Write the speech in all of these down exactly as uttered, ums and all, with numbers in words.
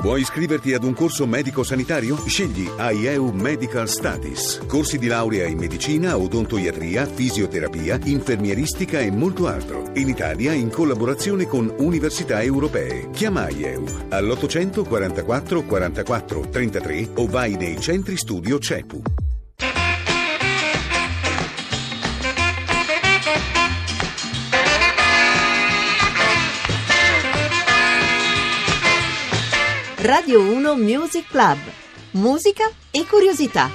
Vuoi iscriverti ad un corso medico-sanitario? Scegli I E U Medical Studies. Corsi di laurea in medicina, odontoiatria, fisioterapia, infermieristica e molto altro. In Italia in collaborazione con università europee. Chiama I E U all'ottocento quarantaquattro quarantaquattro trentatré o vai nei centri studio C E P U. Radio uno Music Club. Musica e curiosità.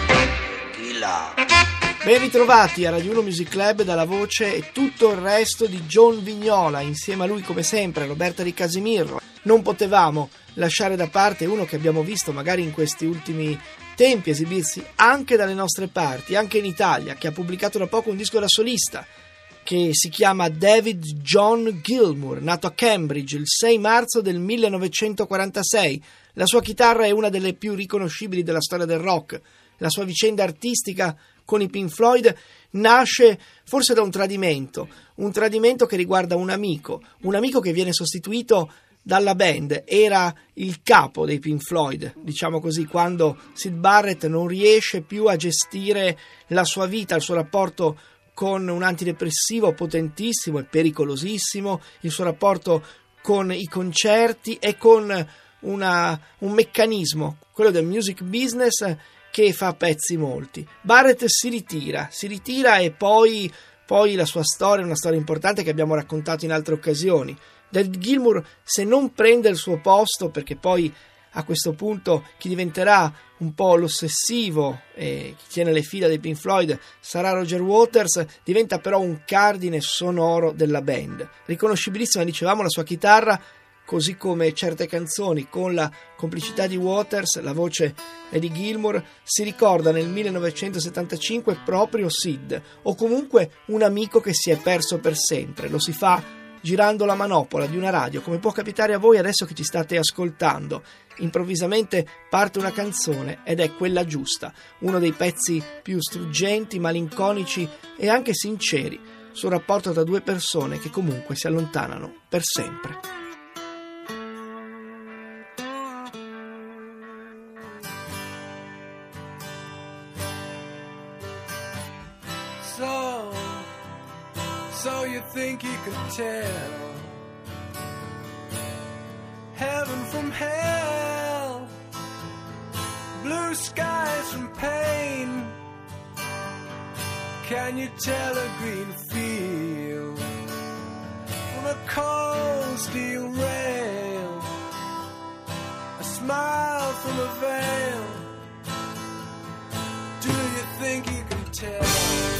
Ben ritrovati a Radio uno Music Club dalla voce e tutto il resto di John Vignola. Insieme a lui, come sempre, Roberta Di Casimiro. Non potevamo lasciare da parte uno che abbiamo visto magari in questi ultimi tempi esibirsi anche dalle nostre parti, anche in Italia, che ha pubblicato da poco un disco da solista che si chiama David John Gilmour, nato a Cambridge il sei marzo del millenovecentoquarantasei. La sua chitarra è una delle più riconoscibili della storia del rock. La sua vicenda artistica con i Pink Floyd nasce forse da un tradimento, un tradimento che riguarda un amico, un amico che viene sostituito dalla band. Era il capo dei Pink Floyd, diciamo così, quando Syd Barrett non riesce più a gestire la sua vita, il suo rapporto con un antidepressivo potentissimo e pericolosissimo, il suo rapporto con i concerti e con una, un meccanismo, quello del music business, che fa pezzi molti. Barrett si ritira, si ritira e poi, poi la sua storia è una storia importante che abbiamo raccontato in altre occasioni. David Gilmour, se non prende il suo posto, perché poi a questo punto chi diventerà un po' l'ossessivo e chi tiene le fila dei Pink Floyd sarà Roger Waters, diventa però un cardine sonoro della band. Riconoscibilissima, dicevamo, la sua chitarra, così come certe canzoni con la complicità di Waters, la voce è di Gilmour. Si ricorda nel millenovecentosettantacinque proprio Sid, o comunque un amico che si è perso per sempre. Lo si fa girando la manopola di una radio, come può capitare a voi adesso che ci state ascoltando. Improvvisamente parte una canzone ed è quella giusta, uno dei pezzi più struggenti, malinconici e anche sinceri sul rapporto tra due persone che comunque si allontanano per sempre. So, so you think you could tell heaven from hell, blue skies from pain? Can you tell a green field from a cold steel rail, a smile from a veil? Do you think you can tell?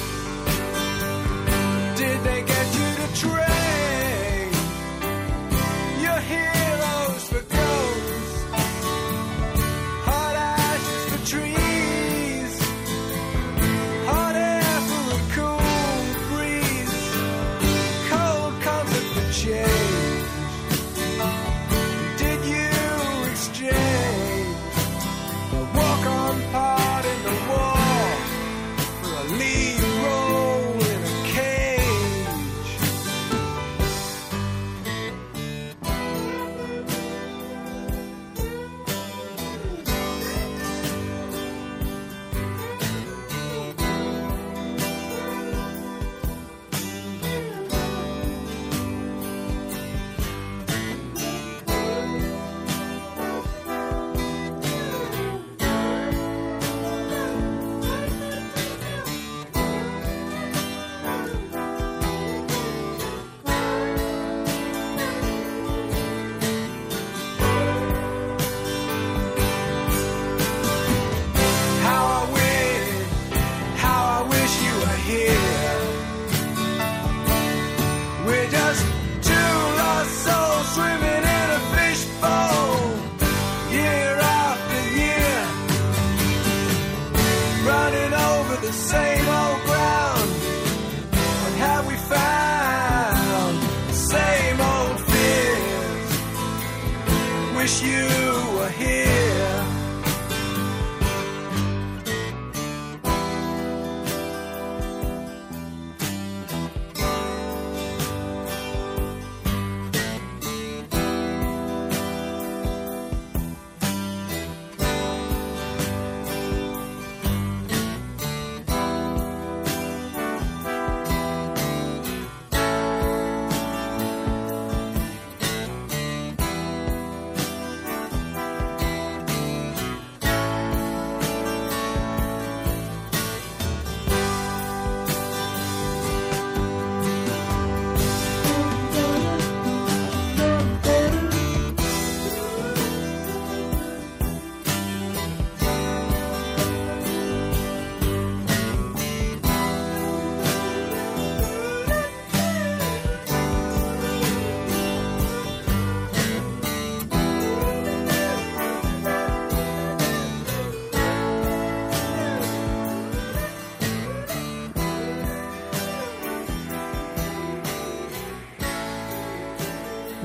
Did they get you to train your heroes for ghosts, hot ashes for trees, hot air for a cool breeze, cold comfort for change? Did you exchange a walk-on part in the war for a lead role in a wish you were here.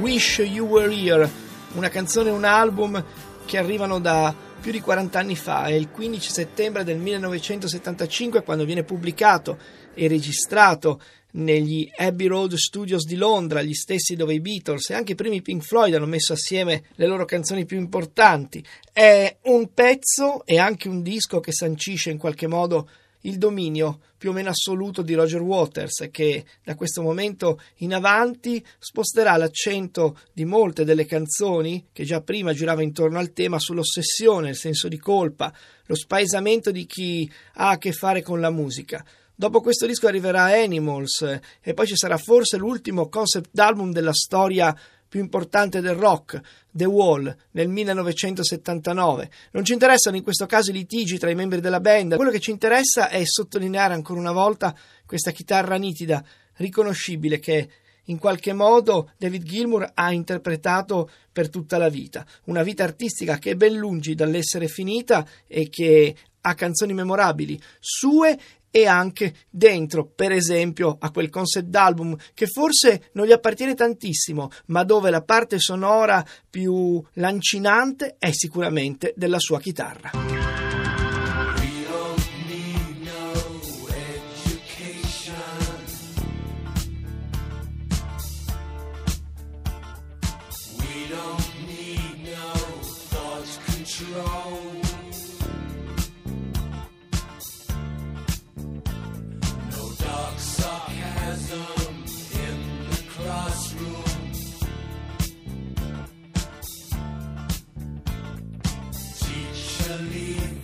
Wish You Were Here, una canzone e un album che arrivano da più di quaranta anni fa. È il quindici settembre del millenovecentosettantacinque quando viene pubblicato e registrato negli Abbey Road Studios di Londra, gli stessi dove i Beatles e anche i primi Pink Floyd hanno messo assieme le loro canzoni più importanti. È un pezzo e anche un disco che sancisce in qualche modo il dominio più o meno assoluto di Roger Waters, che da questo momento in avanti sposterà l'accento di molte delle canzoni che già prima girava intorno al tema sull'ossessione, il senso di colpa, lo spaesamento di chi ha a che fare con la musica. Dopo questo disco arriverà Animals e poi ci sarà forse l'ultimo concept album della storia più importante del rock, The Wall, nel millenovecentosettantanove. Non ci interessano in questo caso i litigi tra i membri della band, quello che ci interessa è sottolineare ancora una volta questa chitarra nitida, riconoscibile, che in qualche modo David Gilmour ha interpretato per tutta la vita. Una vita artistica che è ben lungi dall'essere finita e che ha canzoni memorabili sue e anche dentro, per esempio, a quel concept album che forse non gli appartiene tantissimo, ma dove la parte sonora più lancinante è sicuramente della sua chitarra. Leave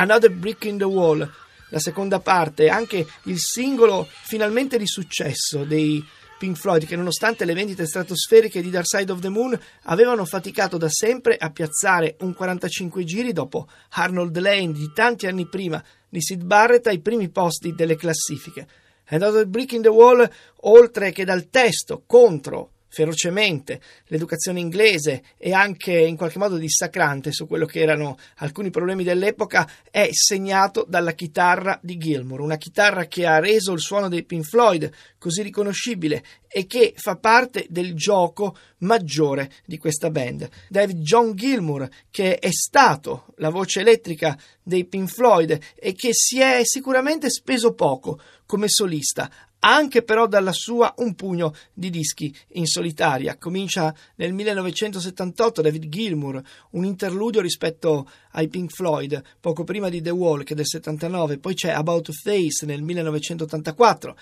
Another Brick in the Wall, la seconda parte, anche il singolo finalmente di successo dei Pink Floyd, che nonostante le vendite stratosferiche di Dark Side of the Moon avevano faticato da sempre a piazzare un quarantacinque giri dopo Arnold Lane di tanti anni prima di Syd Barrett ai primi posti delle classifiche. Another Brick in the Wall, oltre che dal testo contro ferocemente l'educazione inglese e anche in qualche modo dissacrante su quello che erano alcuni problemi dell'epoca, è segnato dalla chitarra di Gilmour, una chitarra che ha reso il suono dei Pink Floyd così riconoscibile e che fa parte del gioco maggiore di questa band. David John Gilmour, che è stato la voce elettrica dei Pink Floyd e che si è sicuramente speso poco come solista, anche però dalla sua un pugno di dischi in solitaria. Comincia nel millenovecentosettantotto David Gilmour, un interludio rispetto ai Pink Floyd, poco prima di The Wall, che è del settantanove, poi c'è About Face nel millenovecentottantaquattro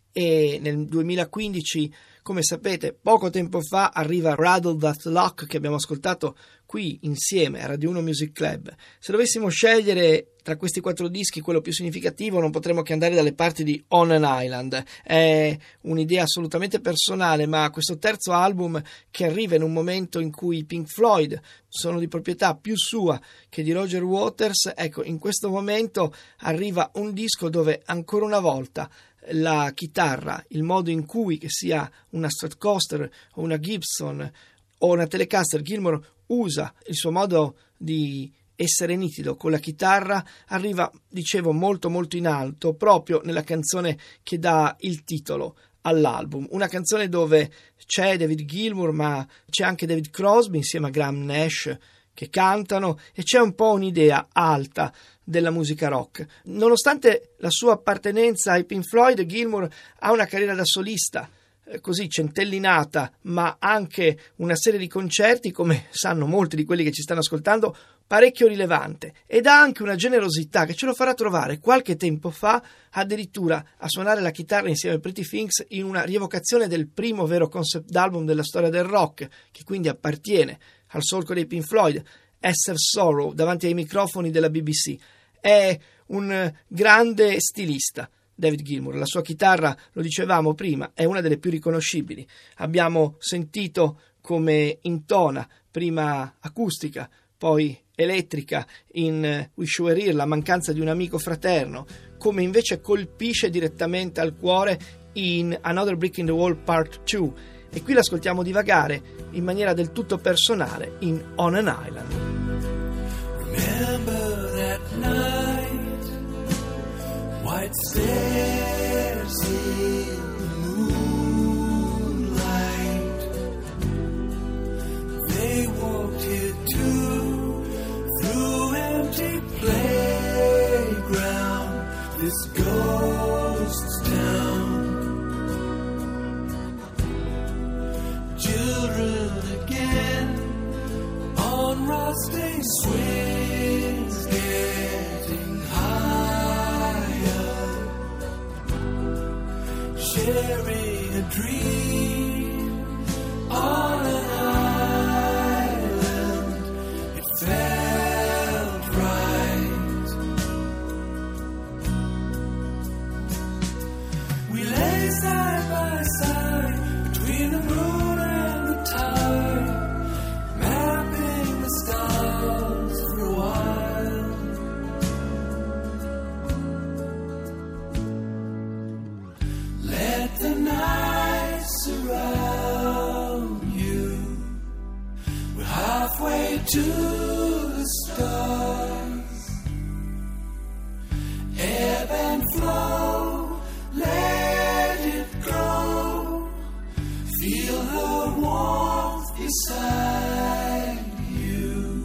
e nel duemilaquindici, come sapete, poco tempo fa arriva Rattle That Lock, che abbiamo ascoltato qui insieme a Radio uno Music Club. Se dovessimo scegliere tra questi quattro dischi quello più significativo, non potremmo che andare dalle parti di On an Island. È un'idea assolutamente personale, ma questo terzo album, che arriva in un momento in cui i Pink Floyd sono di proprietà più sua che di Roger Waters, ecco, in questo momento arriva un disco dove ancora una volta la chitarra, il modo in cui, che sia una Stratocaster o una Gibson o una Telecaster, Gilmour usa il suo modo di essere nitido con la chitarra, arriva, dicevo, molto molto in alto proprio nella canzone che dà il titolo all'album, una canzone dove c'è David Gilmour ma c'è anche David Crosby insieme a Graham Nash che cantano, e c'è un po' un'idea alta della musica rock. Nonostante la sua appartenenza ai Pink Floyd, Gilmour ha una carriera da solista eh, così centellinata, ma anche una serie di concerti, come sanno molti di quelli che ci stanno ascoltando, parecchio rilevante, ed ha anche una generosità che ce lo farà trovare qualche tempo fa addirittura a suonare la chitarra insieme a Pretty Things in una rievocazione del primo vero concept album della storia del rock, che quindi appartiene al solco dei Pink Floyd, Esther Sorrow, davanti ai microfoni della B B C. È un grande stilista, David Gilmour. La sua chitarra, lo dicevamo prima, è una delle più riconoscibili. Abbiamo sentito come intona, prima acustica, poi elettrica in Wish You Were Here, la mancanza di un amico fraterno, come invece colpisce direttamente al cuore in Another Brick in the Wall Part due, e qui l'ascoltiamo divagare in maniera del tutto personale in On an Island. Remember that night, white stairs in the moonlight, they walked here too, through empty playground, this ghost town. Children again on rusty swings, getting higher, sharing a dream on an island. It felt right. We lay side by side between the moon and the tide, mapping the stars for a while. Let the night surround you. We're halfway to the stars. Ebb and flow, let it grow. Feel her warmth beside you.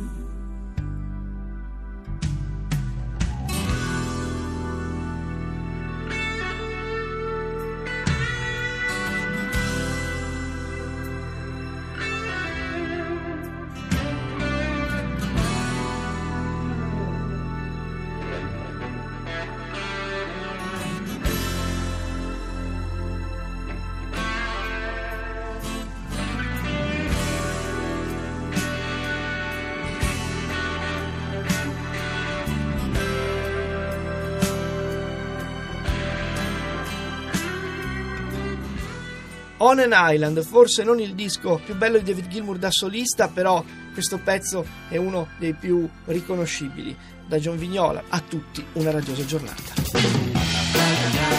On an Island, forse non il disco più bello di David Gilmour da solista, però questo pezzo è uno dei più riconoscibili. Da John Vignola, a tutti una radiosa giornata.